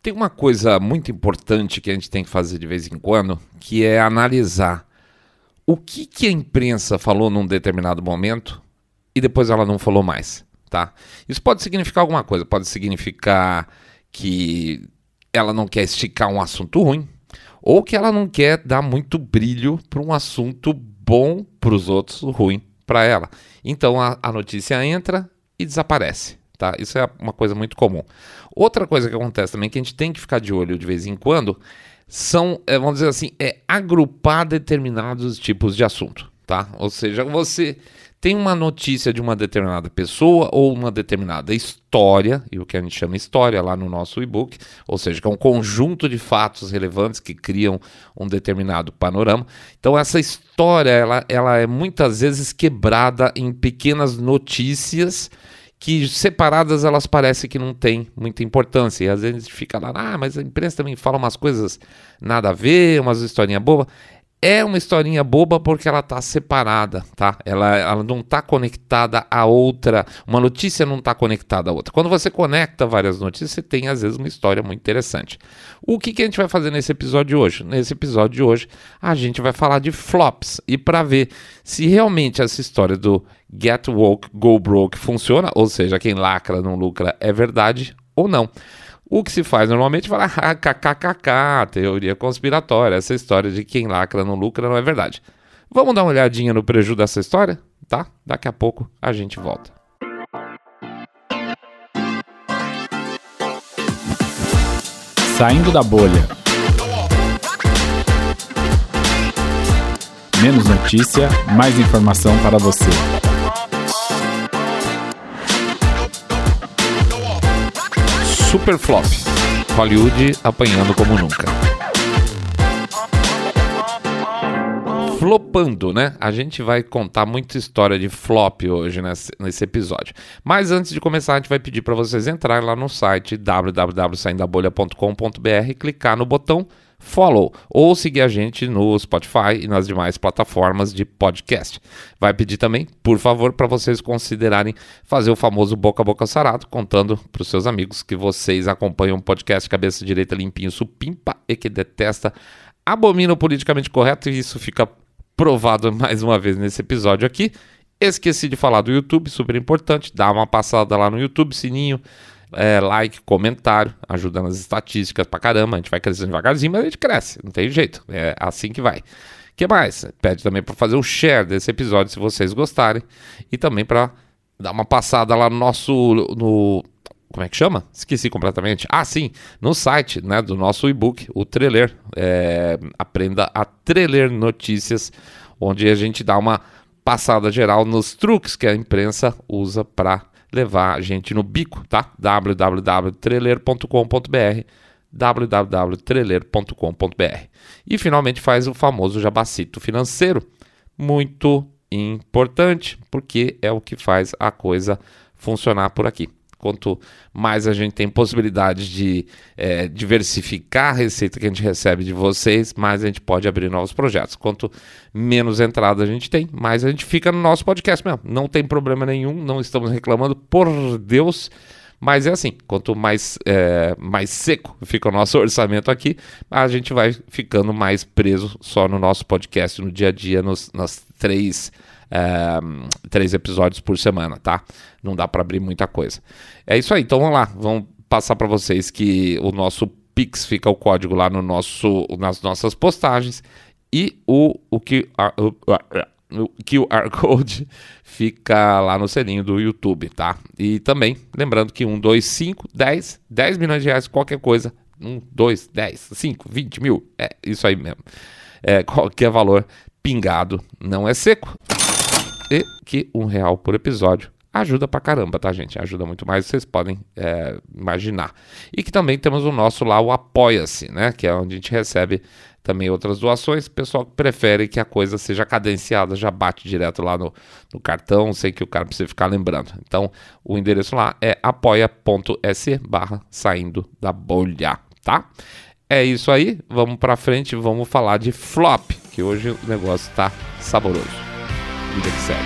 Tem uma coisa muito importante que a gente tem que fazer de vez em quando, que é analisar o que a imprensa falou num determinado momento e depois ela não falou mais, tá? Isso pode significar alguma coisa, pode significar que ela não quer esticar um assunto ruim, ou que ela não quer dar muito brilho para um assunto bom para os outros, ruim para ela. Então a notícia entra e desaparece, tá? Isso é uma coisa muito comum. Outra coisa que acontece também, que a gente tem que ficar de olho de vez em quando, são, vamos dizer assim, agrupar determinados tipos de assunto, tá? Ou seja, você tem uma notícia de uma determinada pessoa ou uma determinada história, e o que a gente chama história lá no nosso e-book, ou seja, que é um conjunto de fatos relevantes que criam um determinado panorama. Então essa história, ela é muitas vezes quebrada em pequenas notícias que separadas elas parecem que não tem muita importância. E às vezes fica lá, mas a imprensa também fala umas coisas nada a ver, umas historinhas bobas. É uma historinha boba porque ela está separada, tá? Ela não está conectada a outra, uma notícia não está conectada a outra. Quando você conecta várias notícias, você tem às vezes uma história muito interessante. O que a gente vai fazer nesse episódio de hoje? Nesse episódio de hoje, a gente vai falar de flops. E para ver se realmente essa história do Get Woke, Go Broke funciona, ou seja, quem lacra não lucra, é verdade ou não. O que se faz normalmente é falar, kkkk, teoria conspiratória, essa história de quem lacra não lucra não é verdade. Vamos dar uma olhadinha no prejuízo dessa história? Tá? Daqui a pouco a gente volta. Saindo da bolha. Menos notícia, mais informação para você. Super flop. Hollywood apanhando como nunca. Flopando, né? A gente vai contar muita história de flop hoje nesse episódio. Mas antes de começar, a gente vai pedir para vocês entrarem lá no site www.saindabolha.com.br e clicar no botão follow ou seguir a gente no Spotify e nas demais plataformas de podcast. Vai pedir também, por favor, para vocês considerarem fazer o famoso boca a boca sarado, contando para os seus amigos que vocês acompanham um podcast cabeça direita limpinho, supimpa e que detesta, abomina o politicamente correto, e isso fica provado mais uma vez nesse episódio aqui. Esqueci de falar do YouTube, super importante, dá uma passada lá no YouTube, sininho, like, comentário, ajuda nas estatísticas pra caramba. A gente vai crescendo devagarzinho, mas a gente cresce, não tem jeito, é assim que vai. O que mais? Pede também para fazer um share desse episódio se vocês gostarem, e também para dar uma passada lá no como é que chama? Esqueci completamente. Sim, no site, né, do nosso e-book, o Treler. Aprenda a treler notícias, onde a gente dá uma passada geral nos truques que a imprensa usa para levar a gente no bico, tá? www.treler.com.br www.treler.com.br. E finalmente faz o famoso jabacito financeiro, muito importante, porque é o que faz a coisa funcionar por aqui. Quanto mais a gente tem possibilidade de diversificar a receita que a gente recebe de vocês, mais a gente pode abrir novos projetos. Quanto menos entrada a gente tem, mais a gente fica no nosso podcast mesmo. Não tem problema nenhum, não estamos reclamando, por Deus. Mas é assim, quanto mais seco fica o nosso orçamento aqui, a gente vai ficando mais preso só no nosso podcast, no dia a dia, nas 3 episódios por semana, tá? Não dá para abrir muita coisa. É isso aí, então vamos lá, vamos passar para vocês que o nosso Pix fica o código lá nas nossas postagens, e o QR Code fica lá no selinho do YouTube, tá? E também, lembrando que 1, 2, 5, 10 milhões de reais, qualquer coisa, 1, 2, 10, 5, 20 mil, é isso aí mesmo. Qualquer valor pingado não é seco. E que R$1 por episódio ajuda pra caramba, tá, gente? Ajuda muito mais, vocês podem imaginar. E que também temos o nosso lá, o Apoia-se, né? Que é onde a gente recebe também outras doações. O pessoal que prefere que a coisa seja cadenciada, já bate direto lá no cartão, sem que o cara precise ficar lembrando. Então, o endereço lá é apoia.se/saindo da bolha, tá? É isso aí, vamos pra frente, vamos falar de flop, que hoje o negócio tá saboroso. Vida que segue.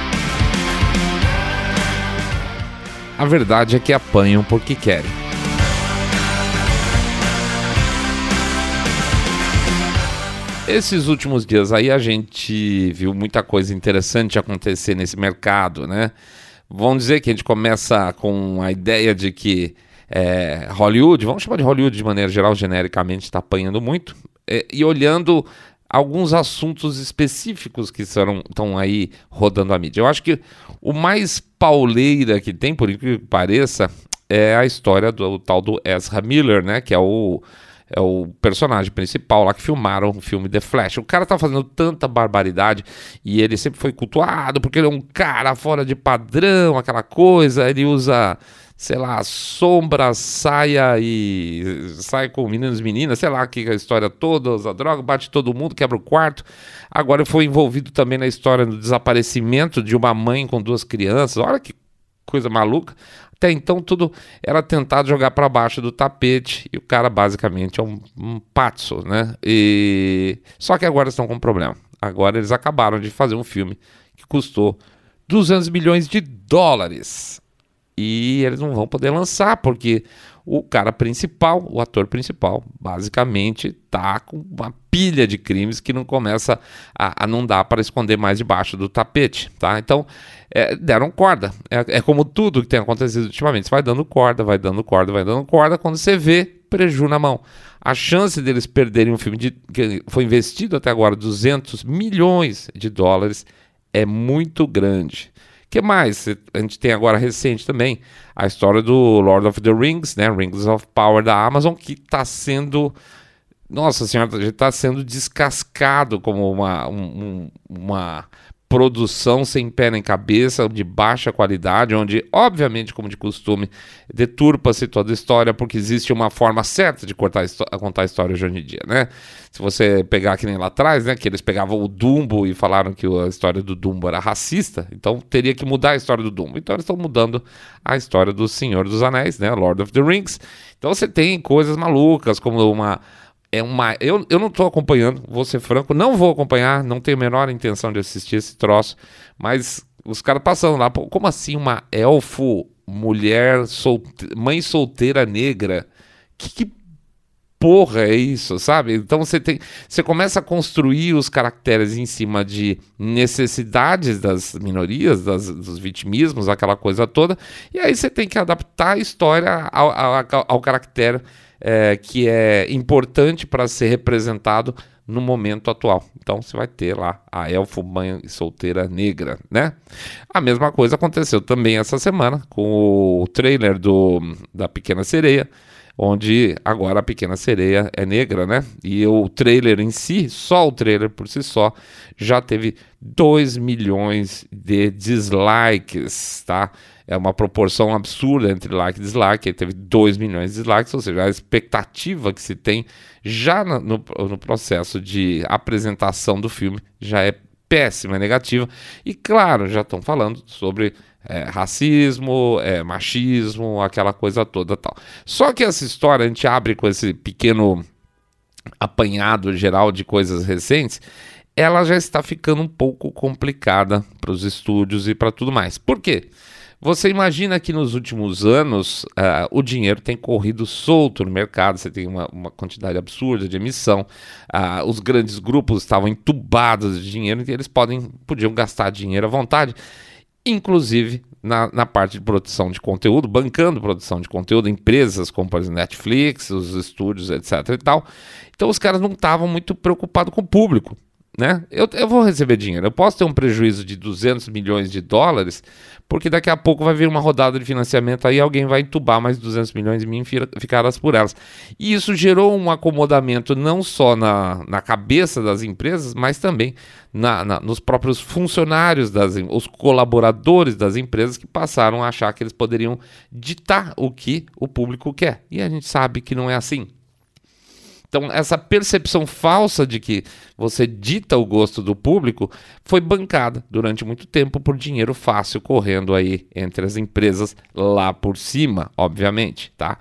A verdade é que apanham porque querem. Esses últimos dias aí a gente viu muita coisa interessante acontecer nesse mercado, né? Vamos dizer que a gente começa com a ideia de que Hollywood, vamos chamar de Hollywood de maneira geral, genericamente, está apanhando muito, e olhando alguns assuntos específicos que estão aí rodando a mídia. Eu acho que o mais pauleira que tem, por incrível que pareça, é a história do tal do Ezra Miller, né? Que é o personagem principal lá que filmaram o filme The Flash. O cara tá fazendo tanta barbaridade e ele sempre foi cultuado porque ele é um cara fora de padrão, aquela coisa, ele usa, sei lá, sombra, saia e sai com meninos e meninas, sei lá, que a história toda, usa droga, bate todo mundo, quebra o quarto. Agora foi envolvido também na história do desaparecimento de uma mãe com 2 crianças. Olha que coisa maluca. Até então tudo era tentado jogar para baixo do tapete e o cara basicamente é um patso, né? Só que agora estão com um problema. Agora eles acabaram de fazer um filme que custou 200 milhões de dólares e eles não vão poder lançar porque o cara principal, o ator principal, basicamente tá com uma pilha de crimes que não começa a não dar para esconder mais debaixo do tapete, tá? Então, deram corda. É como tudo que tem acontecido ultimamente. Você vai dando corda, vai dando corda, vai dando corda, quando você vê, preju na mão. A chance deles perderem um filme que foi investido até agora 200 milhões de dólares é muito grande. O que mais? A gente tem agora recente também a história do Lord of the Rings, né? Rings of Power da Amazon, que está sendo, nossa senhora, está sendo descascado como uma produção sem pé nem cabeça, de baixa qualidade, onde, obviamente, como de costume, deturpa-se toda a história, porque existe uma forma certa de contar a história hoje em dia, né? Se você pegar que nem lá atrás, né, que eles pegavam o Dumbo e falaram que a história do Dumbo era racista, então teria que mudar a história do Dumbo. Então eles estão mudando a história do Senhor dos Anéis, né, Lord of the Rings. Então você tem coisas malucas, como eu não estou acompanhando, vou ser franco, não vou acompanhar, não tenho a menor intenção de assistir esse troço, mas os caras passando lá, como assim uma elfo, mulher, mãe solteira negra? Que porra é isso, sabe? Então você começa a construir os caracteres em cima de necessidades das minorias, dos vitimismos, aquela coisa toda, e aí você tem que adaptar a história ao caractere que é importante para ser representado no momento atual. Então você vai ter lá a elfo mãe solteira negra, né? A mesma coisa aconteceu também essa semana com o trailer da Pequena Sereia, onde agora a Pequena Sereia é negra, né? E o trailer em si, só o trailer por si só, já teve 2 milhões de dislikes, tá? É uma proporção absurda entre like e dislike. Ele teve 2 milhões de dislikes, ou seja, a expectativa que se tem já no processo de apresentação do filme já é péssima, é negativa. E claro, já estão falando sobre racismo, machismo, aquela coisa toda tal. Só que essa história, a gente abre com esse pequeno apanhado geral de coisas recentes, ela já está ficando um pouco complicada para os estúdios e para tudo mais. Por quê? Você imagina que nos últimos anos o dinheiro tem corrido solto no mercado, você tem uma quantidade absurda de emissão, os grandes grupos estavam entubados de dinheiro e eles podiam gastar dinheiro à vontade, inclusive na parte de produção de conteúdo, bancando produção de conteúdo, empresas como por exemplo Netflix, os estúdios, etc. e tal. Então os caras não estavam muito preocupados com o público, né? Eu vou receber dinheiro, eu posso ter um prejuízo de 200 milhões de dólares, porque daqui a pouco vai vir uma rodada de financiamento aí, alguém vai entubar mais 200 milhões em mim e ficar as por elas. E isso gerou um acomodamento não só na cabeça das empresas, mas também nos próprios funcionários, os colaboradores das empresas, que passaram a achar que eles poderiam ditar o que o público quer. E a gente sabe que não é assim. Então, essa percepção falsa de que você dita o gosto do público foi bancada durante muito tempo por dinheiro fácil correndo aí entre as empresas lá por cima, obviamente, tá?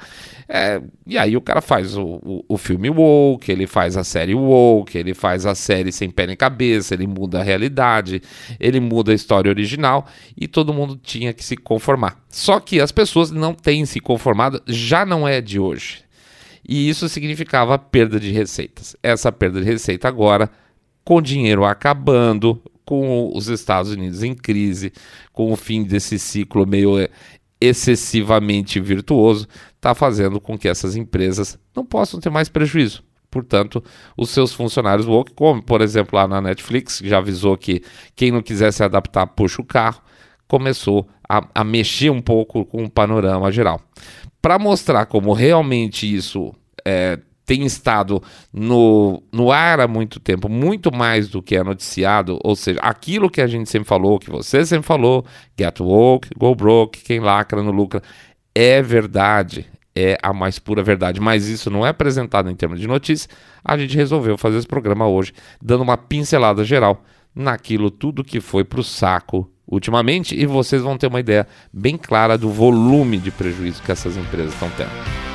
E aí o cara faz o filme woke, ele faz a série woke, ele faz a série sem pé nem cabeça, ele muda a realidade, ele muda a história original e todo mundo tinha que se conformar. Só que as pessoas não têm se conformado, já não é de hoje. E isso significava perda de receitas. Essa perda de receita agora com o dinheiro acabando, com os Estados Unidos em crise, com o fim desse ciclo meio excessivamente virtuoso, está fazendo com que essas empresas não possam ter mais prejuízo. Portanto, os seus funcionários woke, como por exemplo lá na Netflix, que já avisou que quem não quiser se adaptar puxa o carro, começou a mexer um pouco com o panorama geral. Para mostrar como realmente isso tem estado no ar há muito tempo, muito mais do que é noticiado, ou seja, aquilo que a gente sempre falou, que você sempre falou, get woke, go broke, quem lacra não lucra, é verdade, é a mais pura verdade, mas isso não é apresentado em termos de notícia. A gente resolveu fazer esse programa hoje, dando uma pincelada geral naquilo tudo que foi pro saco ultimamente, e vocês vão ter uma ideia bem clara do volume de prejuízo que essas empresas estão tendo.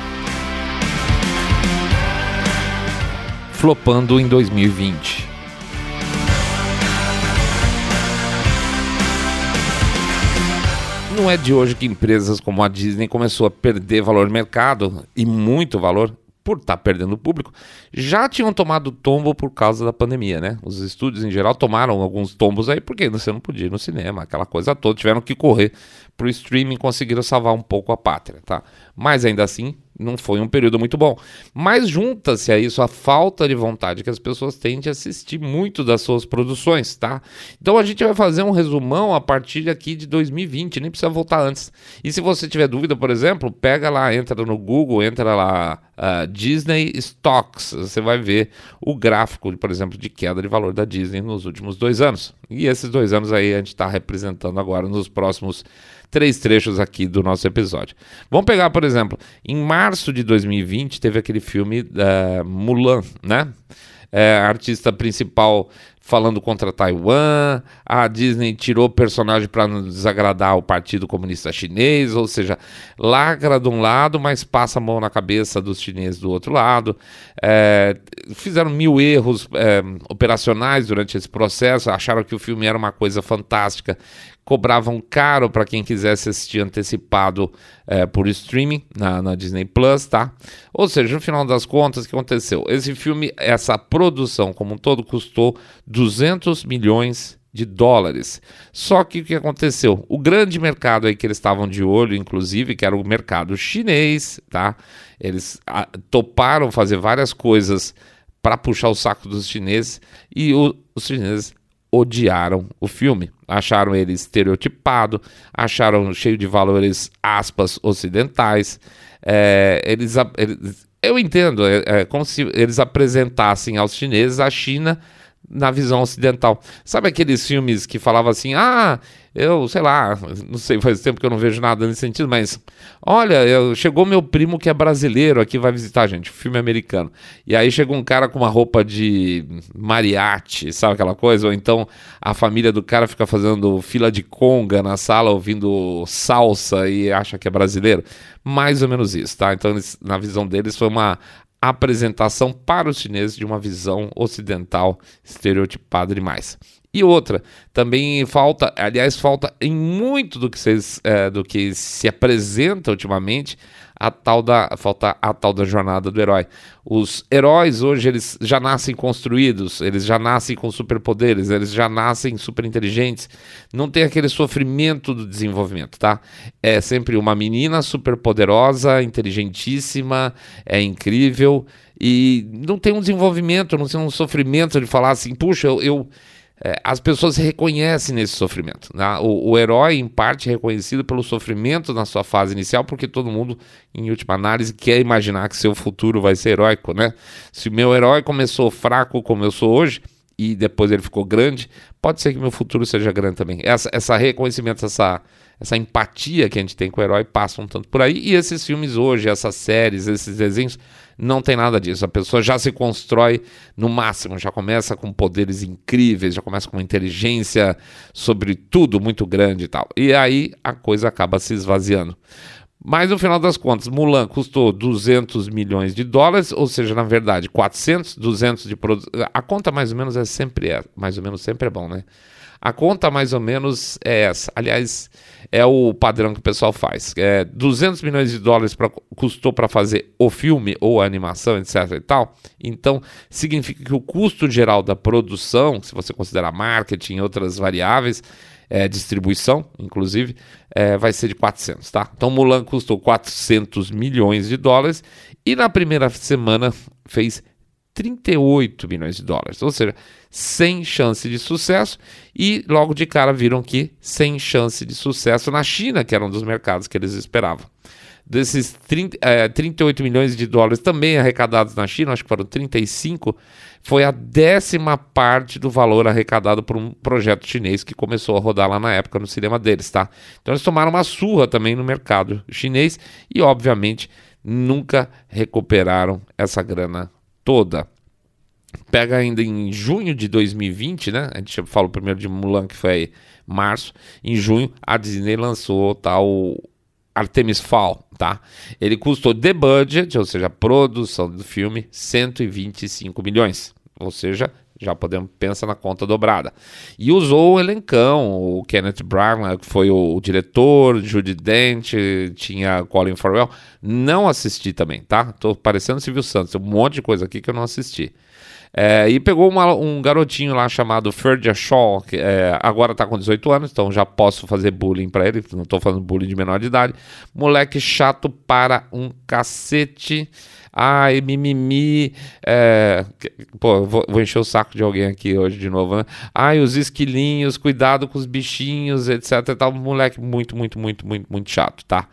Flopando em 2020. Não é de hoje que empresas como a Disney começou a perder valor no mercado, e muito valor, por estar perdendo público. Já tinham tomado tombo por causa da pandemia, né? Os estúdios em geral tomaram alguns tombos aí, porque você não podia ir no cinema, aquela coisa toda, tiveram que correr pro streaming, conseguiram salvar um pouco a pátria, tá? Mas ainda assim, não foi um período muito bom. Mas junta-se a isso a falta de vontade que as pessoas têm de assistir muito das suas produções, tá? Então a gente vai fazer um resumão a partir aqui de 2020, nem precisa voltar antes. E se você tiver dúvida, por exemplo, pega lá, entra no Google, entra lá, Disney Stocks, você vai ver o gráfico, por exemplo, de queda de valor da Disney nos últimos 2 anos. E esses 2 anos aí a gente está representando agora nos próximos 3 trechos aqui do nosso episódio. Vamos pegar, por exemplo, em março de 2020 teve aquele filme Mulan, né? A artista principal falando contra Taiwan, a Disney tirou o personagem para não desagradar o Partido Comunista Chinês, ou seja, lacra de um lado, mas passa a mão na cabeça dos chineses do outro lado. Fizeram 1000 erros operacionais durante esse processo, acharam que o filme era uma coisa fantástica, cobravam caro para quem quisesse assistir antecipado por streaming na Disney Plus, tá? Ou seja, no final das contas, o que aconteceu? Esse filme, essa produção como um todo, custou 200 milhões de dólares. Só que o que aconteceu? O grande mercado aí que eles estavam de olho, inclusive, que era o mercado chinês, tá? Eles toparam fazer várias coisas para puxar o saco dos chineses, e os chineses odiaram o filme, acharam ele estereotipado, acharam cheio de valores, aspas, ocidentais. Eu entendo, como se eles apresentassem aos chineses a China na visão ocidental. Sabe aqueles filmes que falavam assim, eu sei lá, não sei, faz tempo que eu não vejo nada nesse sentido, mas olha, chegou meu primo que é brasileiro aqui, vai visitar a gente, filme americano, e aí chega um cara com uma roupa de mariachi, sabe aquela coisa? Ou então a família do cara fica fazendo fila de conga na sala ouvindo salsa e acha que é brasileiro, mais ou menos isso, tá? Então na visão deles foi uma apresentação para os chineses de uma visão ocidental estereotipada demais. E outra, também falta em muito do que se apresenta ultimamente, falta a tal da jornada do herói. Os heróis hoje, eles já nascem construídos, eles já nascem com superpoderes, eles já nascem super inteligentes, não tem aquele sofrimento do desenvolvimento, tá? É sempre uma menina super poderosa, inteligentíssima, é incrível, e não tem um desenvolvimento, não tem um sofrimento de falar assim, puxa, as pessoas se reconhecem nesse sofrimento, né? O herói, em parte, é reconhecido pelo sofrimento na sua fase inicial, porque todo mundo, em última análise, quer imaginar que seu futuro vai ser heróico, né? Se o meu herói começou fraco como eu sou hoje, e depois ele ficou grande, pode ser que meu futuro seja grande também. Essa reconhecimento, essa empatia que a gente tem com o herói passa um tanto por aí, e esses filmes hoje, essas séries, esses desenhos, não tem nada disso. A pessoa já se constrói no máximo, já começa com poderes incríveis, já começa com uma inteligência sobre tudo muito grande e tal. E aí a coisa acaba se esvaziando. Mas no final das contas, Mulan custou 200 milhões de dólares, ou seja, na verdade, 400, 200 de produção. A conta mais ou menos sempre é bom, né? A conta mais ou menos é essa. Aliás, é o padrão que o pessoal faz. 200 milhões de dólares custou para fazer o filme ou a animação, etc. e tal. Então, significa que o custo geral da produção, se você considerar marketing e outras variáveis, distribuição, inclusive, vai ser de 400, tá? Então, Mulan custou 400 milhões de dólares e na primeira semana fez 38 milhões de dólares, ou seja, sem chance de sucesso, e logo de cara viram que sem chance de sucesso na China, que era um dos mercados que eles esperavam. Desses 38 milhões de dólares também arrecadados na China, acho que foram 35, foi a 10ª parte do valor arrecadado por um projeto chinês que começou a rodar lá na época no cinema deles, tá? Então eles tomaram uma surra também no mercado chinês e, obviamente, nunca recuperaram essa grana toda. Pega ainda em junho de 2020, né? A gente falou primeiro de Mulan, que foi março. Em junho, a Disney lançou o Artemis Fowl, tá? Ele custou the budget, ou seja, a produção do filme, 125 milhões. Ou seja, já podemos pensar na conta dobrada. E usou o elencão, o Kenneth Branagh, que foi o diretor, Judi Dench, tinha Colin Farrell. Não assisti também, tá? Tô parecendo Silvio Santos, tem um monte de coisa aqui que eu não assisti. E pegou um garotinho lá chamado Ferdia Shaw, que agora tá com 18 anos, então já posso fazer bullying pra ele, não tô fazendo bullying de menor de idade. Moleque chato para um cacete. Ai, mimimi. Vou encher o saco de alguém aqui hoje de novo, né? Ai, os esquilinhos, cuidado com os bichinhos, etc. E tal. Moleque muito, muito, muito, muito, muito chato, tá?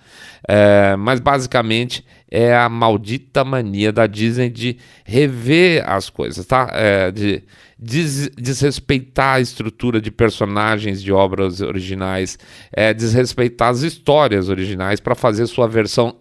Mas basicamente é a maldita mania da Disney de rever as coisas, tá? De desrespeitar a estrutura de personagens de obras originais, desrespeitar as histórias originais para fazer sua versão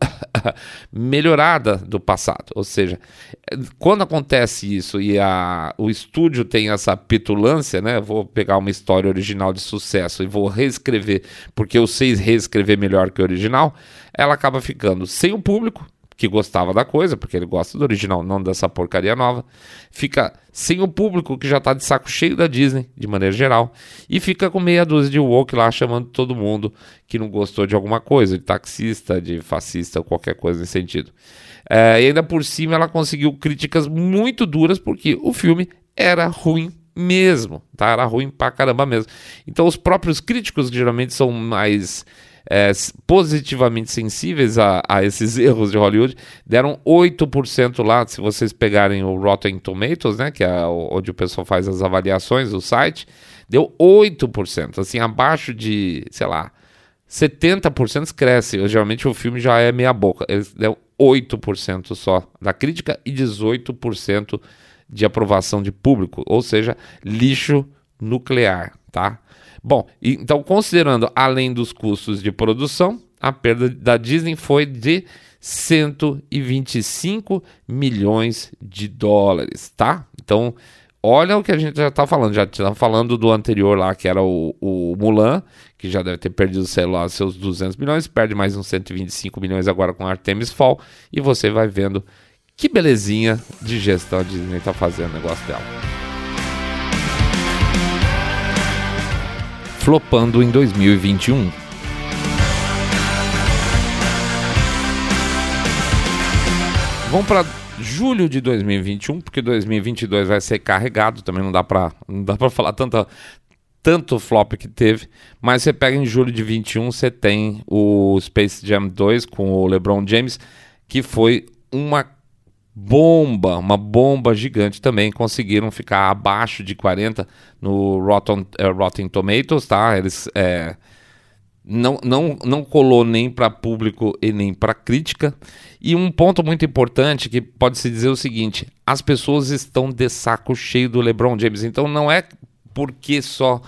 melhorada do passado. Ou seja, quando acontece isso e o estúdio tem essa petulância, né? Vou pegar uma história original de sucesso e vou reescrever porque eu sei reescrever melhor que o original, ela acaba ficando sem o público que gostava da coisa, porque ele gosta do original, não dessa porcaria nova, fica sem o público que já tá de saco cheio da Disney, de maneira geral, e fica com meia dúzia de woke lá, chamando todo mundo que não gostou de alguma coisa, de taxista, de fascista, ou qualquer coisa nesse sentido. E ainda por cima ela conseguiu críticas muito duras, porque o filme era ruim mesmo, tá? Era ruim pra caramba mesmo. Então os próprios críticos, que geralmente são mais positivamente sensíveis a esses erros de Hollywood, deram 8% lá. Se vocês pegarem o Rotten Tomatoes, né, que é onde o pessoal faz as avaliações, o site, deu 8%, assim, abaixo de, sei lá, 70% cresce. Geralmente o filme já é meia boca. Eles deu 8% só da crítica e 18% de aprovação de público, ou seja, lixo nuclear, tá? Bom, então considerando além dos custos de produção, a perda da Disney foi de 125 milhões de dólares, tá? Então, olha o que a gente já tá falando, já tá falando do anterior lá, que era o Mulan, que já deve ter perdido, sei lá, seus 200 milhões, perde mais uns 125 milhões agora com Artemis Fowl, e você vai vendo que belezinha de gestão a Disney tá fazendo o negócio dela. Flopando em 2021. Vamos para julho de 2021, porque 2022 vai ser carregado, também não dá para falar tanto flop que teve, mas você pega em julho de 21, você tem o Space Jam 2 com o LeBron James, que foi uma bomba gigante também. Conseguiram ficar abaixo de 40 no Rotten Tomatoes, tá? Eles não colou nem para público e nem para crítica. E um ponto muito importante que pode-se dizer o seguinte: as pessoas estão de saco cheio do LeBron James. Então não é porque só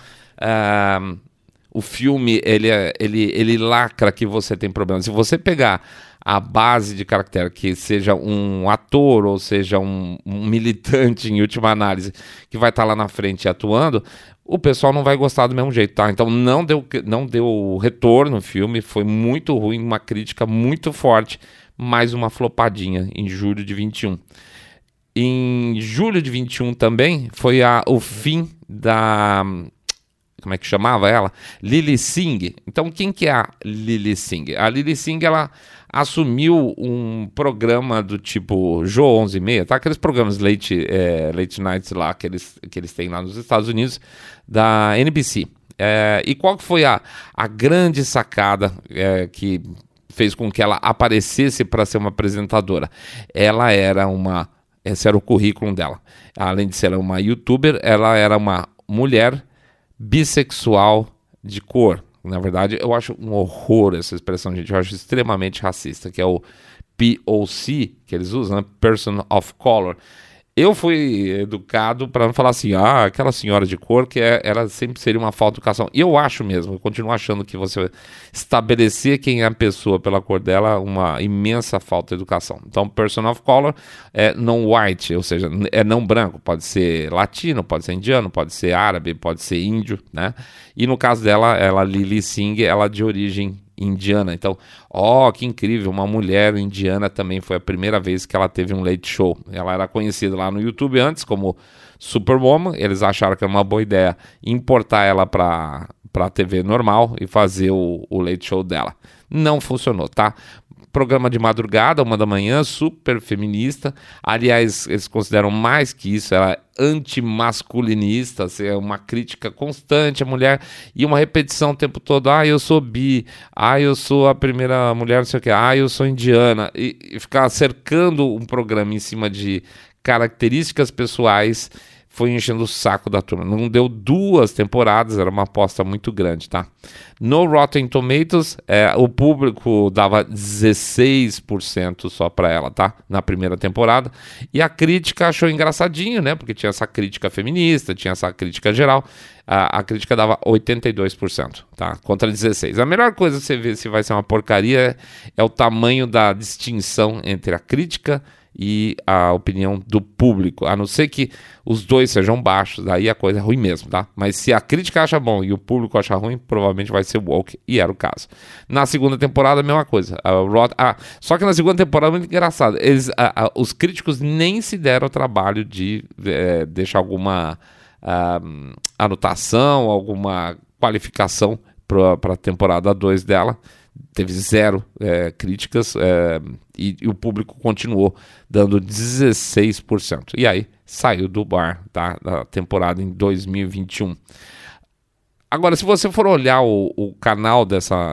o filme ele lacra que você tem problema. Se você pegar a base de caractere, que seja um ator ou seja um militante em última análise, que vai estar lá na frente atuando, o pessoal não vai gostar do mesmo jeito, tá? Então não deu retorno no filme, foi muito ruim, uma crítica muito forte, mais uma flopadinha em julho de 21. Em julho de 21 também foi o fim como é que chamava ela? Lilly Singh. Então, quem que é a Lilly Singh? A Lilly Singh, ela assumiu um programa do tipo Jô 11h30, tá? Aqueles programas late nights lá que eles têm lá nos Estados Unidos, da NBC. E qual que foi a grande sacada que fez com que ela aparecesse para ser uma apresentadora? Esse era o currículo dela. Além de ser uma youtuber, ela era uma mulher bissexual de cor. Na verdade, eu acho um horror essa expressão, gente. Eu acho extremamente racista, que é o POC, que eles usam, né? Person of Color. Eu fui educado para não falar assim, aquela senhora de cor, que ela sempre seria uma falta de educação. E eu acho mesmo, eu continuo achando que você estabelecer quem é a pessoa pela cor dela é uma imensa falta de educação. Então, person of color é non-white, ou seja, é não branco. Pode ser latino, pode ser indiano, pode ser árabe, pode ser índio, né? E no caso dela, Lilly Singh, ela é de origem indiana. Então, que incrível, uma mulher indiana também foi a primeira vez que ela teve um late show. Ela era conhecida lá no YouTube antes como Superwoman. Eles acharam que era uma boa ideia importar ela para a TV normal e fazer o late show dela. Não funcionou, tá? Programa de madrugada, 1 da manhã, super feminista. Aliás, eles consideram mais que isso, ela é antimasculinista, assim, é uma crítica constante à mulher e uma repetição o tempo todo. Eu sou bi, eu sou a primeira mulher, não sei o que, eu sou indiana. E ficar cercando um programa em cima de características pessoais foi enchendo o saco da turma. Não deu 2 temporadas, era uma aposta muito grande, tá? No Rotten Tomatoes, o público dava 16% só pra ela, tá? Na primeira temporada. E a crítica achou engraçadinho, né? Porque tinha essa crítica feminista, tinha essa crítica geral. A crítica dava 82%, tá? Contra 16%. A melhor coisa você ver se vai ser uma porcaria é o tamanho da distinção entre a crítica e a opinião do público, a não ser que os dois sejam baixos, daí a coisa é ruim mesmo, tá? Mas se a crítica acha bom e o público acha ruim, provavelmente vai ser woke, e era o caso. Na segunda temporada, a mesma coisa. Só que na segunda temporada é muito engraçado, os críticos nem se deram o trabalho de deixar alguma anotação, alguma qualificação para a temporada 2 dela. Teve 0 críticas e o público continuou dando 16%. E aí saiu do bar, tá, da temporada em 2021. Agora, se você for olhar o canal dessa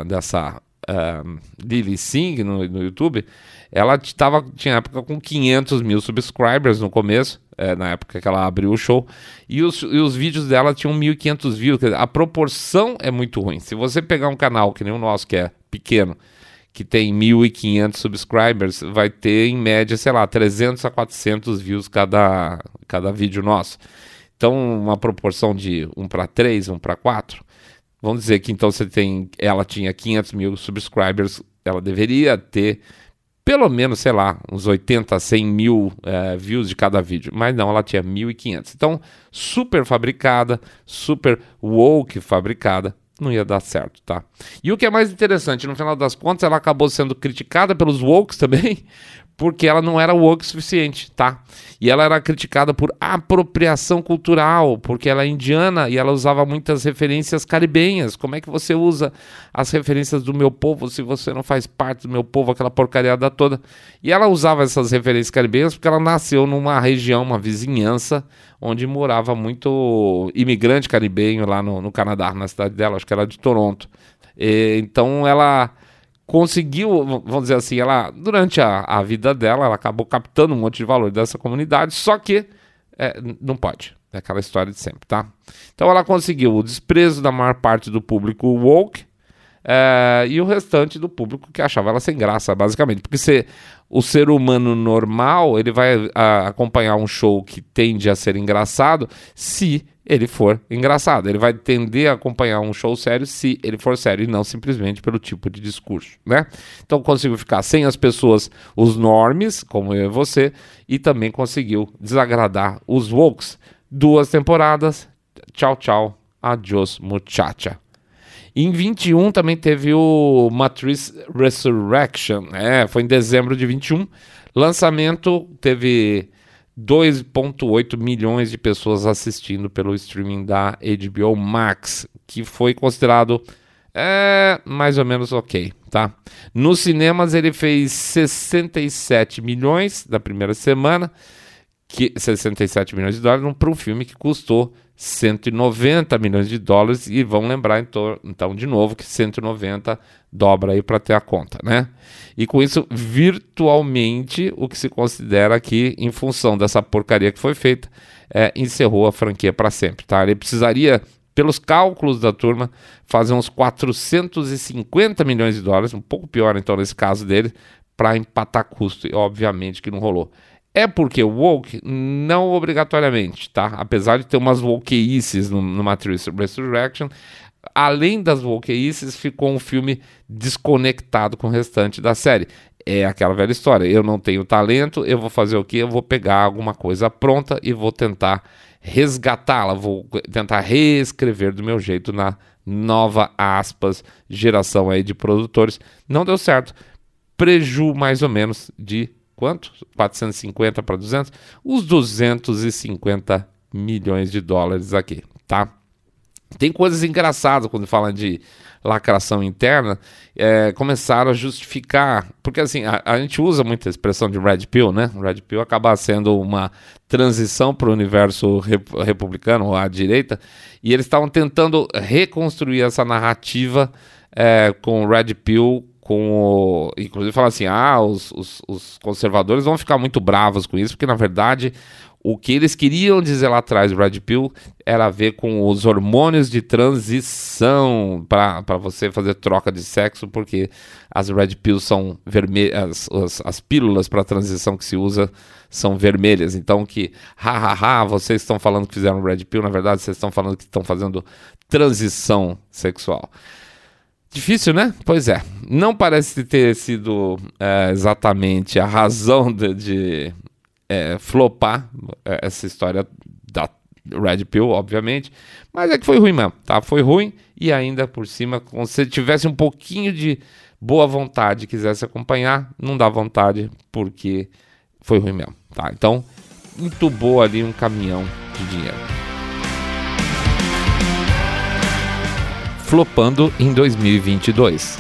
Lilly Singh no YouTube, ela tinha época com 500 mil subscribers no começo, na época que ela abriu o show, e os vídeos dela tinham 1.500 views. Quer dizer, a proporção é muito ruim. Se você pegar um canal que nem o nosso, que é pequeno, que tem 1.500 subscribers, vai ter em média, 300 a 400 views cada vídeo nosso. Então, uma proporção de 1:3, 1:4. Vamos dizer que então ela tinha 500 mil subscribers, ela deveria ter pelo menos, uns 80 a 100 mil views de cada vídeo. Mas não, ela tinha 1.500. Então, super fabricada, super woke fabricada, não ia dar certo, tá? E o que é mais interessante, no final das contas, ela acabou sendo criticada pelos wokes também, porque ela não era woke o suficiente, tá? E ela era criticada por apropriação cultural, porque ela é indiana e ela usava muitas referências caribenhas. Como é que você usa as referências do meu povo se você não faz parte do meu povo, aquela porcariada toda? E ela usava essas referências caribenhas porque ela nasceu numa região, uma vizinhança, onde morava muito imigrante caribenho lá no Canadá, na cidade dela, acho que era de Toronto. Então ela conseguiu, vamos dizer assim, ela, durante a vida dela, ela acabou captando um monte de valor dessa comunidade, só que não pode, é aquela história de sempre, tá? Então ela conseguiu o desprezo da maior parte do público woke e o restante do público que achava ela sem graça, basicamente, porque o ser humano normal, ele vai acompanhar um show que tende a ser engraçado se ele for engraçado. Ele vai tender a acompanhar um show sério se ele for sério e não simplesmente pelo tipo de discurso, né? Então conseguiu ficar sem as pessoas, os normies, como eu e você, e também conseguiu desagradar os wokes. 2 temporadas, tchau, tchau, adiós muchacha. Em 21 também teve o Matrix Resurrection, foi em dezembro de 21. Lançamento teve 2,8 milhões de pessoas assistindo pelo streaming da HBO Max, que foi considerado mais ou menos ok, tá? Nos cinemas ele fez 67 milhões da primeira semana, 67 milhões de dólares para um filme que custou 190 milhões de dólares, e vão lembrar então de novo que 190 dobra aí para ter a conta, né? E com isso, virtualmente, o que se considera que, em função dessa porcaria que foi feita, encerrou a franquia para sempre, tá? Ele precisaria, pelos cálculos da turma, fazer uns 450 milhões de dólares, um pouco pior então nesse caso dele, para empatar custo, e obviamente que não rolou. É porque o woke, não obrigatoriamente, tá? Apesar de ter umas wokeices no Matrix Resurrection, além das wokeices, ficou um filme desconectado com o restante da série. É aquela velha história, eu não tenho talento, eu vou fazer o quê? Eu vou pegar alguma coisa pronta e vou tentar resgatá-la, vou tentar reescrever do meu jeito na nova, aspas, geração aí de produtores. Não deu certo. Preju mais ou menos de quanto? 450 para 200? Os 250 milhões de dólares aqui, tá? Tem coisas engraçadas quando falam de lacração interna, começaram a justificar, porque assim, a gente usa muito a expressão de Red Pill, né? Red Pill acaba sendo uma transição para o universo republicano, ou à direita, e eles estavam tentando reconstruir essa narrativa com o Red Pill, inclusive falar assim, os conservadores vão ficar muito bravos com isso, porque na verdade o que eles queriam dizer lá atrás, o Red Pill, era a ver com os hormônios de transição para você fazer troca de sexo, porque as Red Pills são vermelhas, as pílulas para transição que se usa são vermelhas, então vocês estão falando que fizeram Red Pill, na verdade vocês estão falando que estão fazendo transição sexual. Difícil, né? Pois é. Não parece ter sido exatamente a razão de flopar essa história da Red Pill, obviamente, mas é que foi ruim mesmo, tá? Foi ruim, e ainda por cima, se você tivesse um pouquinho de boa vontade e quisesse acompanhar, não dá vontade, porque foi ruim mesmo, tá? Então, entubou ali um caminhão de dinheiro. Flopando em 2022.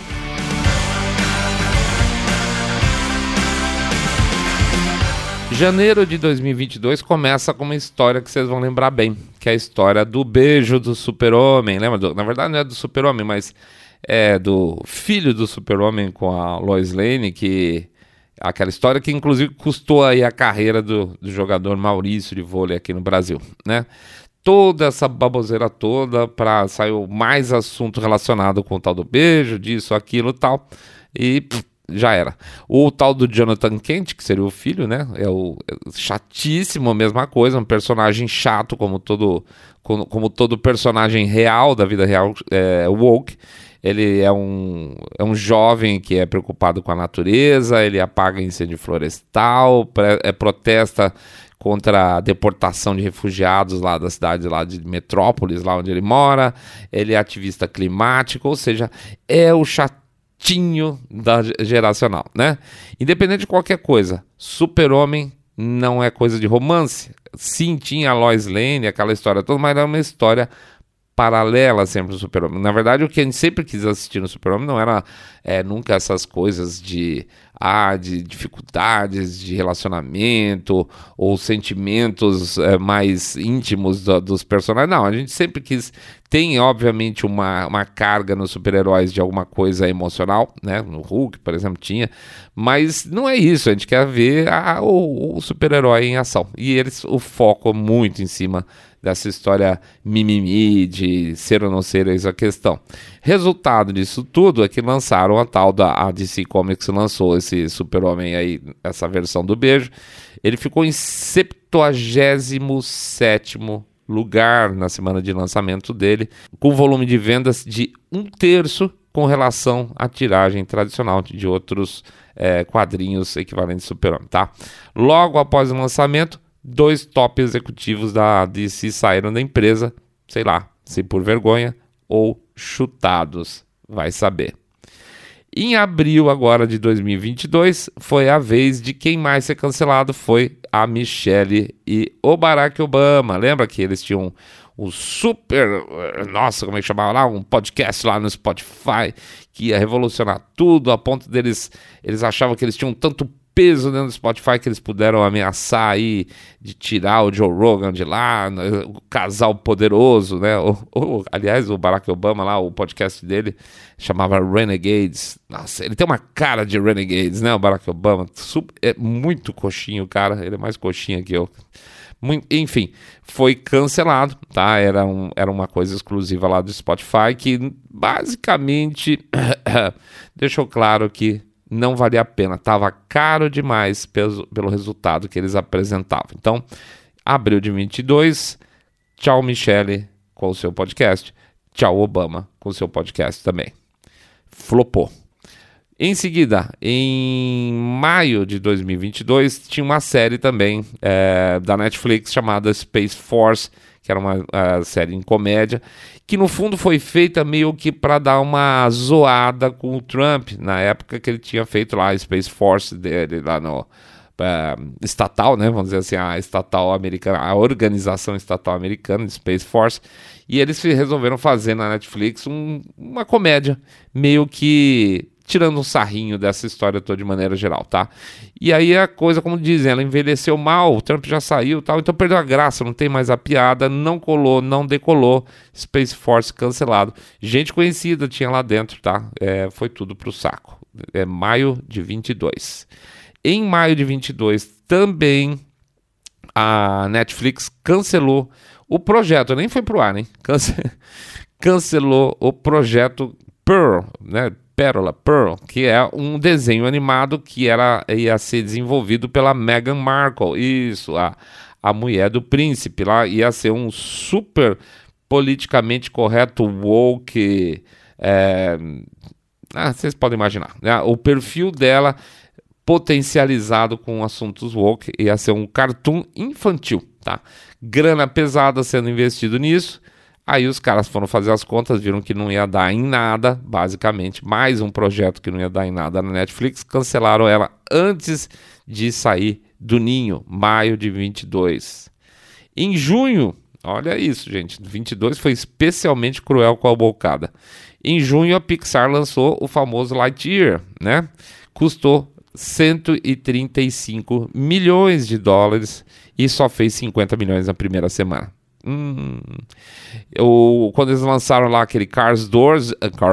Janeiro de 2022 começa com uma história que vocês vão lembrar bem, que é a história do beijo do Super-Homem. Lembra? Na verdade não é do Super-Homem, mas é do filho do Super-Homem com a Lois Lane, que aquela história que inclusive custou aí a carreira do jogador Maurício de vôlei aqui no Brasil, né? Toda essa baboseira toda, saiu mais assunto relacionado com o tal do beijo, disso, aquilo e tal, e já era. O tal do Jonathan Kent, que seria o filho, né? Chatíssimo, a mesma coisa, um personagem chato, como todo personagem real, da vida real, woke. Ele é um jovem que é preocupado com a natureza, ele apaga incêndio florestal, protesta contra a deportação de refugiados lá da cidade lá de Metrópolis, lá onde ele mora. Ele é ativista climático, ou seja, é o chatinho geracional, né? Independente de qualquer coisa, Super-Homem não é coisa de romance. Sim, tinha a Lois Lane, aquela história toda, mas era uma história paralela sempre ao Super-Homem. Na verdade, o que a gente sempre quis assistir no Super-Homem não era nunca essas coisas de dificuldades de relacionamento ou sentimentos mais íntimos dos personagens. Não, a gente sempre quis. Tem, obviamente, uma carga nos super-heróis de alguma coisa emocional, né? No Hulk, por exemplo, tinha. Mas não é isso. A gente quer ver o super-herói em ação. E o foco muito em cima dessa história mimimi de ser ou não ser isso a questão. Resultado disso tudo é que lançaram a DC Comics lançou esse Super-Homem aí, essa versão do beijo. Ele ficou em 77º lugar na semana de lançamento dele, com volume de vendas de 1/3 com relação à tiragem tradicional de outros quadrinhos equivalentes ao Super-Homem, tá? Logo após o lançamento, 2 top executivos da DC saíram da empresa, sei lá, se por vergonha ou chutados, vai saber. Em abril agora de 2022, foi a vez de quem mais ser cancelado, foi a Michelle e o Barack Obama. Lembra que eles tinham o super, nossa, como é que chamava lá? Um podcast lá no Spotify que ia revolucionar tudo, a ponto deles, eles achavam que eles tinham tanto peso dentro do Spotify que eles puderam ameaçar aí de tirar o Joe Rogan de lá, o casal poderoso, né? Aliás, o Barack Obama lá, o podcast dele chamava Renegades. Nossa, ele tem uma cara de Renegades, né? O Barack Obama, é muito coxinho, cara, ele é mais coxinha que eu. Enfim, foi cancelado, tá? Era uma coisa exclusiva lá do Spotify que basicamente deixou claro que não valia a pena, estava caro demais pelo resultado que eles apresentavam. Então, abril de 22, tchau Michelle com o seu podcast, tchau Obama com o seu podcast também. Flopou. Em seguida, em maio de 2022, tinha uma série também da Netflix chamada Space Force, que era uma série em comédia, que no fundo foi feita meio que para dar uma zoada com o Trump, na época que ele tinha feito lá a Space Force dele, lá no estatal, né, vamos dizer assim, a estatal americana, a organização estatal americana de Space Force, e eles resolveram fazer na Netflix uma comédia, meio que tirando um sarrinho dessa história toda de maneira geral, tá? E aí a coisa, como dizem, ela envelheceu mal, o Trump já saiu, tal, então perdeu a graça, não tem mais a piada, não colou, não decolou, Space Force cancelado. Gente conhecida tinha lá dentro, tá? Foi tudo pro saco. Maio de 22. Em maio de 22, também a Netflix cancelou o projeto, nem foi pro ar, hein? Cancelou o projeto Pearl, né? Pearl, que é um desenho animado que ia ser desenvolvido pela Meghan Markle, isso, a mulher do príncipe lá, ia ser um super politicamente correto, woke, vocês podem imaginar, né? O perfil dela potencializado com assuntos woke, ia ser um cartoon infantil, tá? Grana pesada sendo investido nisso. Aí os caras foram fazer as contas, viram que não ia dar em nada, basicamente, mais um projeto que não ia dar em nada na Netflix, cancelaram ela antes de sair do ninho, maio de 22. Em junho, olha isso, gente, 22 foi especialmente cruel com a bocada. Em junho a Pixar lançou o famoso Lightyear, né? Custou 135 milhões de dólares e só fez 50 milhões na primeira semana. Quando eles lançaram lá aquele Cars 2,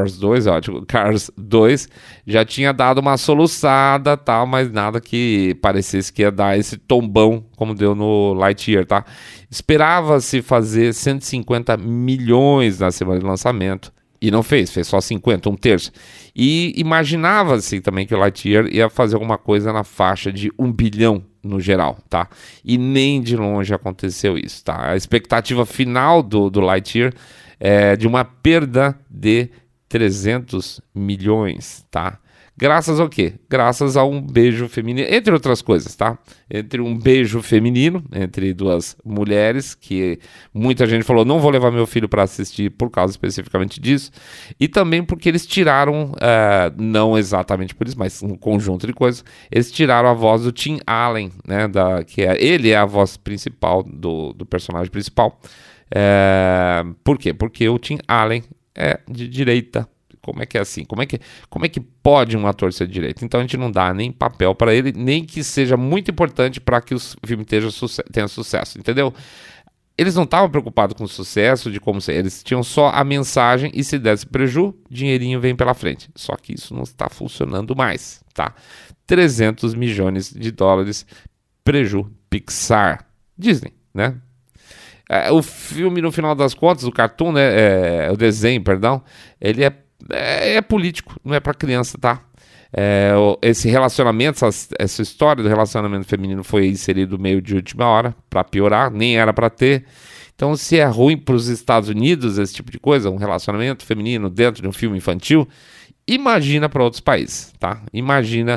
já tinha dado uma soluçada, tal, mas nada que parecesse que ia dar esse tombão como deu no Lightyear, tá? Esperava-se fazer 150 milhões na semana de lançamento e não fez só 50, um terço. E imaginava-se também que o Lightyear ia fazer alguma coisa na faixa de 1 bilhão no geral, tá? E nem de longe aconteceu isso, tá? A expectativa final do Lightyear é de uma perda de 300 milhões, tá? Graças ao quê? Graças a um beijo feminino, entre outras coisas, tá? Entre um beijo feminino, entre duas mulheres, que muita gente falou, não vou levar meu filho para assistir por causa especificamente disso, e também porque eles tiraram, não exatamente por isso, mas um conjunto de coisas, eles tiraram a voz do Tim Allen, né? Ele é a voz principal do personagem principal. Por quê? Porque o Tim Allen é de direita. Como é que é assim? Como é que pode um ator ser de direita? Então a gente não dá nem papel para ele, nem que seja muito importante para que o filme tenha sucesso, entendeu? Eles não estavam preocupados com o sucesso, de como ser. Eles tinham só a mensagem e se desse preju, dinheirinho vem pela frente. Só que isso não está funcionando mais, tá? 300 milhões de dólares preju Pixar. Disney, né? O filme, no final das contas, o cartoon, né? O desenho, perdão, ele é político, não é para criança, tá? Esse relacionamento, essa história do relacionamento feminino foi inserido meio de última hora, para piorar, nem era para ter. Então, se é ruim para os Estados Unidos, esse tipo de coisa, um relacionamento feminino dentro de um filme infantil, imagina para outros países, tá? Imagina,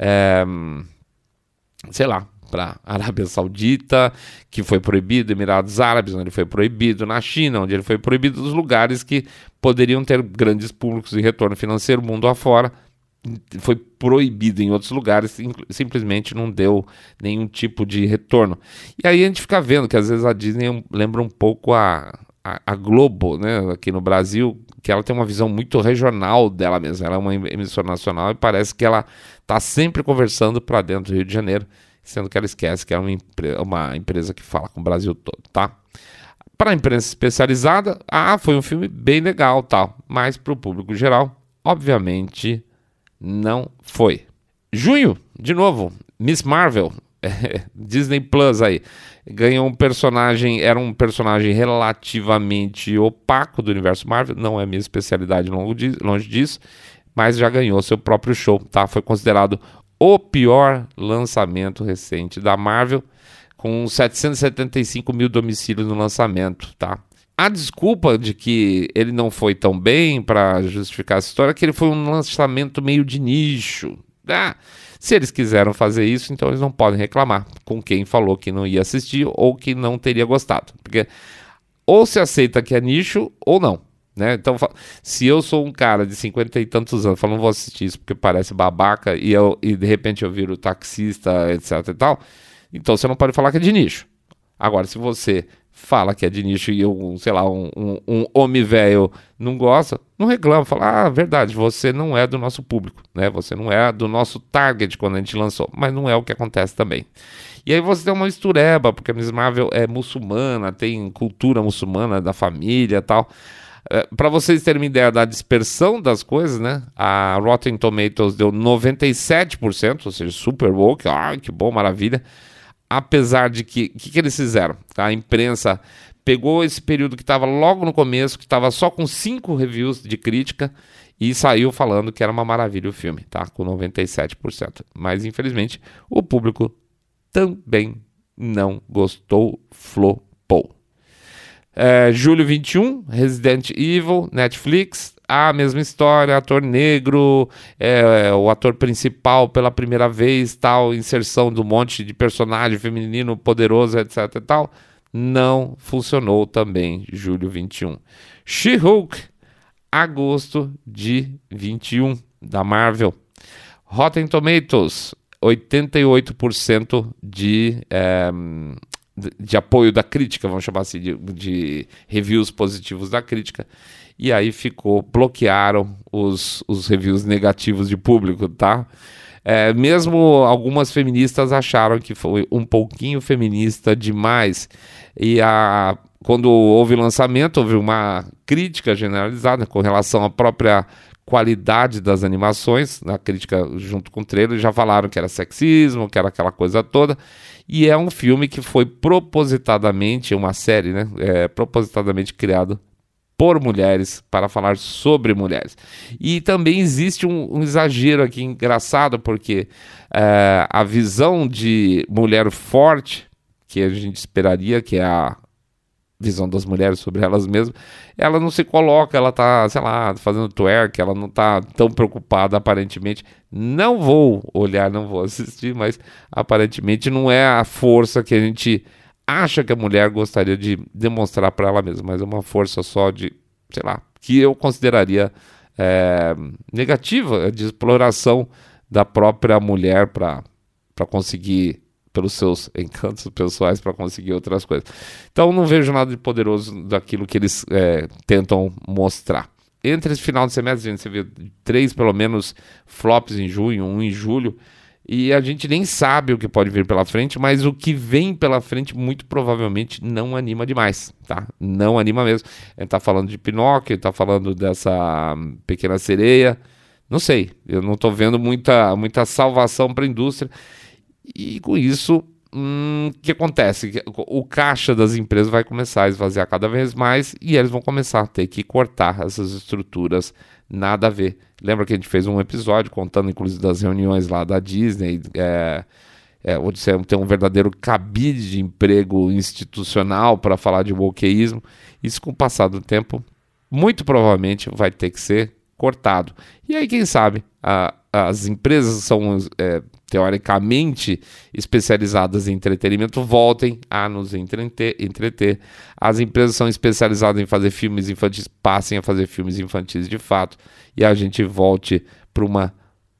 sei lá, para a Arábia Saudita, que foi proibido, Emirados Árabes, onde ele foi proibido, na China, onde ele foi proibido, dos lugares que poderiam ter grandes públicos de retorno financeiro mundo afora, foi proibido em outros lugares, simplesmente não deu nenhum tipo de retorno. E aí a gente fica vendo que às vezes a Disney lembra um pouco a Globo, né, aqui no Brasil, que ela tem uma visão muito regional dela mesma. Ela é uma emissora nacional e parece que ela está sempre conversando para dentro do Rio de Janeiro, sendo que ela esquece que é uma empresa que fala com o Brasil todo, tá? Para a imprensa especializada, foi um filme bem legal, tal, mas para o público geral, obviamente, não foi. Junho, de novo, Miss Marvel, Disney Plus aí, ganhou um personagem, era um personagem relativamente opaco do universo Marvel, não é minha especialidade longe disso, mas já ganhou seu próprio show, tá? Foi considerado o pior lançamento recente da Marvel, com 775 mil domicílios no lançamento, tá? A desculpa de que ele não foi tão bem, para justificar essa história, é que ele foi um lançamento meio de nicho. Se eles quiseram fazer isso, então eles não podem reclamar com quem falou que não ia assistir ou que não teria gostado. Porque ou se aceita que é nicho ou não, né? Então, se eu sou um cara de 50 e tantos anos, falando, não vou assistir isso porque parece babaca, e de repente eu viro taxista, etc e tal, então você não pode falar que é de nicho. Agora, se você fala que é de nicho e um homem velho não gosta, não reclama, fala, verdade, você não é do nosso público, né? Você não é do nosso target quando a gente lançou, mas não é o que acontece também. E aí você tem uma mistureba, porque a Miss Marvel é muçulmana, tem cultura muçulmana da família e tal. Para vocês terem uma ideia da dispersão das coisas, né? A Rotten Tomatoes deu 97%, ou seja, super woke, que bom, maravilha. Apesar de que eles fizeram? A imprensa pegou esse período que estava logo no começo, que estava só com 5 reviews de crítica, e saiu falando que era uma maravilha o filme, tá? Com 97%. Mas, infelizmente, o público também não gostou, flopou. Julho 21, Resident Evil, Netflix, a mesma história, ator negro, o ator principal pela primeira vez, tal, inserção de um monte de personagem feminino poderoso, etc e tal, não funcionou também, julho 21. She-Hulk, agosto de 21, da Marvel. Rotten Tomatoes, 88% de apoio da crítica, vamos chamar assim, de reviews positivos da crítica, e aí bloquearam os reviews negativos de público, tá? Mesmo algumas feministas acharam que foi um pouquinho feminista demais, e quando houve lançamento, houve uma crítica generalizada com relação à própria qualidade das animações, na crítica junto com o trailer, já falaram que era sexismo, que era aquela coisa toda, e é um filme que foi propositadamente, uma série, né, propositadamente criado por mulheres, para falar sobre mulheres. E também existe um exagero aqui engraçado, porque a visão de mulher forte, que a gente esperaria, que é a visão das mulheres sobre elas mesmas, ela não se coloca, ela tá, sei lá, fazendo twerk, ela não tá tão preocupada aparentemente. Não vou olhar, não vou assistir, mas aparentemente não é a força que a gente acha que a mulher gostaria de demonstrar para ela mesma, mas é uma força só de, sei lá, que eu consideraria negativa, de exploração da própria mulher para conseguir, pelos seus encantos pessoais, para conseguir outras coisas. Então não vejo nada de poderoso daquilo que eles tentam mostrar. Entre esse final de semestre, você vê 3 pelo menos flops em junho, 1 em julho, e a gente nem sabe o que pode vir pela frente, mas o que vem pela frente muito provavelmente não anima demais, tá? Não anima mesmo. A gente tá falando de Pinóquio, tá falando dessa Pequena Sereia, não sei, eu não tô vendo muita salvação para a indústria. E com isso, o que acontece? O caixa das empresas vai começar a esvaziar cada vez mais e eles vão começar a ter que cortar essas estruturas nada a ver. Lembra que a gente fez um episódio contando, inclusive, das reuniões lá da Disney, onde você tem um verdadeiro cabide de emprego institucional para falar de wokeísmo. Isso, com o passar do tempo, muito provavelmente vai ter que ser cortado. E aí, quem sabe, as empresas são teoricamente especializadas em entretenimento voltem a nos entreter. As empresas são especializadas em fazer filmes infantis, passem a fazer filmes infantis de fato, e a gente volte para uma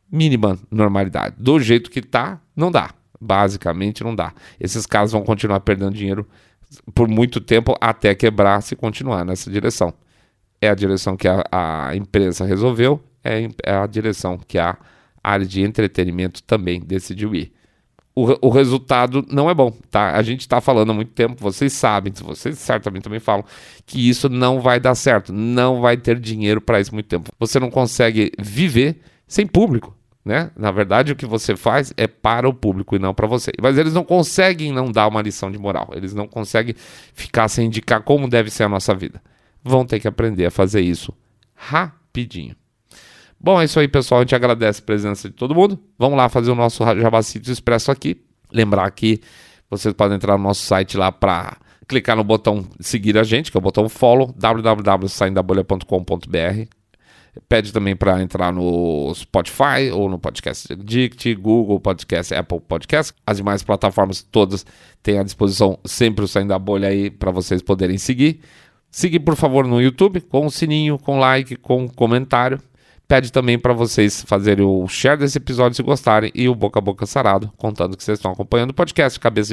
mínima normalidade. Do jeito que tá, não dá. Basicamente não dá. Esses caras vão continuar perdendo dinheiro por muito tempo até quebrar se continuar nessa direção. É a direção que a empresa resolveu, é a direção que a área de entretenimento também decidiu ir. O resultado não é bom, tá? A gente está falando há muito tempo, vocês sabem, vocês certamente também falam, que isso não vai dar certo, não vai ter dinheiro para isso muito tempo. Você não consegue viver sem público, né? Na verdade, o que você faz é para o público e não para você. Mas eles não conseguem não dar uma lição de moral, eles não conseguem ficar sem indicar como deve ser a nossa vida. Vão ter que aprender a fazer isso rapidinho. Bom, é isso aí, pessoal. A gente agradece a presença de todo mundo. Vamos lá fazer o nosso Jabacito Expresso aqui. Lembrar que vocês podem entrar no nosso site lá para clicar no botão seguir a gente, que é o botão follow, www.saindabolha.com.br. Pede também para entrar no Spotify ou no Podcast Addict, Google Podcast, Apple Podcast. As demais plataformas todas têm à disposição sempre o Saindo da Bolha aí para vocês poderem seguir. Seguir, por favor, no YouTube, com o sininho, com like, com comentário. Pede também para vocês fazerem o share desse episódio se gostarem e o boca a boca sarado, contando que vocês estão acompanhando o podcast Cabeça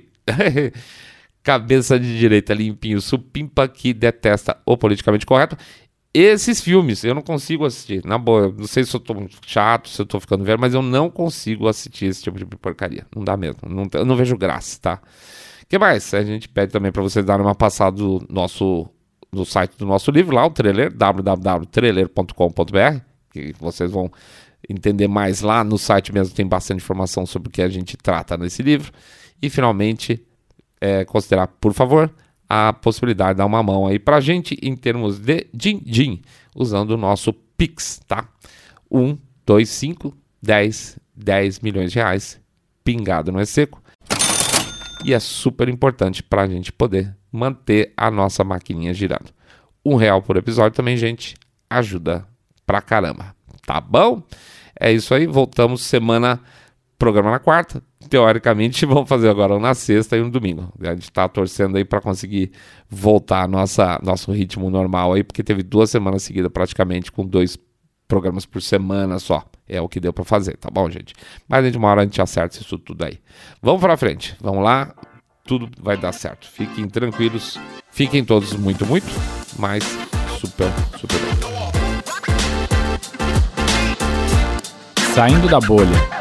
de Direita Limpinho Supimpa, que detesta o politicamente correto. Esses filmes eu não consigo assistir, na boa. Não sei se eu tô chato, se eu tô ficando velho, mas eu não consigo assistir esse tipo de porcaria. Não dá mesmo, eu não vejo graça, tá? O que mais? A gente pede também para vocês darem uma passada no site do nosso livro, lá o Trailer, www.trailer.com.br, que vocês vão entender mais lá no site mesmo, tem bastante informação sobre o que a gente trata nesse livro. E finalmente, considerar, por favor, a possibilidade de dar uma mão aí pra gente em termos de din-din, usando o nosso Pix, tá? 1, 2, 5, 10 milhões de reais, pingado não é seco. E é super importante para a gente poder manter a nossa maquininha girando. R$1 por episódio também, gente, ajuda pra caramba. Tá bom? É isso aí, voltamos programa na quarta. Teoricamente, vamos fazer agora na sexta e no domingo. A gente tá torcendo aí para conseguir voltar nosso ritmo normal aí, porque teve 2 semanas seguidas praticamente com 2 programas por semana só. É o que deu para fazer, tá bom, gente? Mas de uma hora a gente acerta isso tudo aí. Vamos pra frente, vamos lá. Tudo vai dar certo. Fiquem tranquilos. Fiquem todos muito, mas super bem. Saindo da Bolha.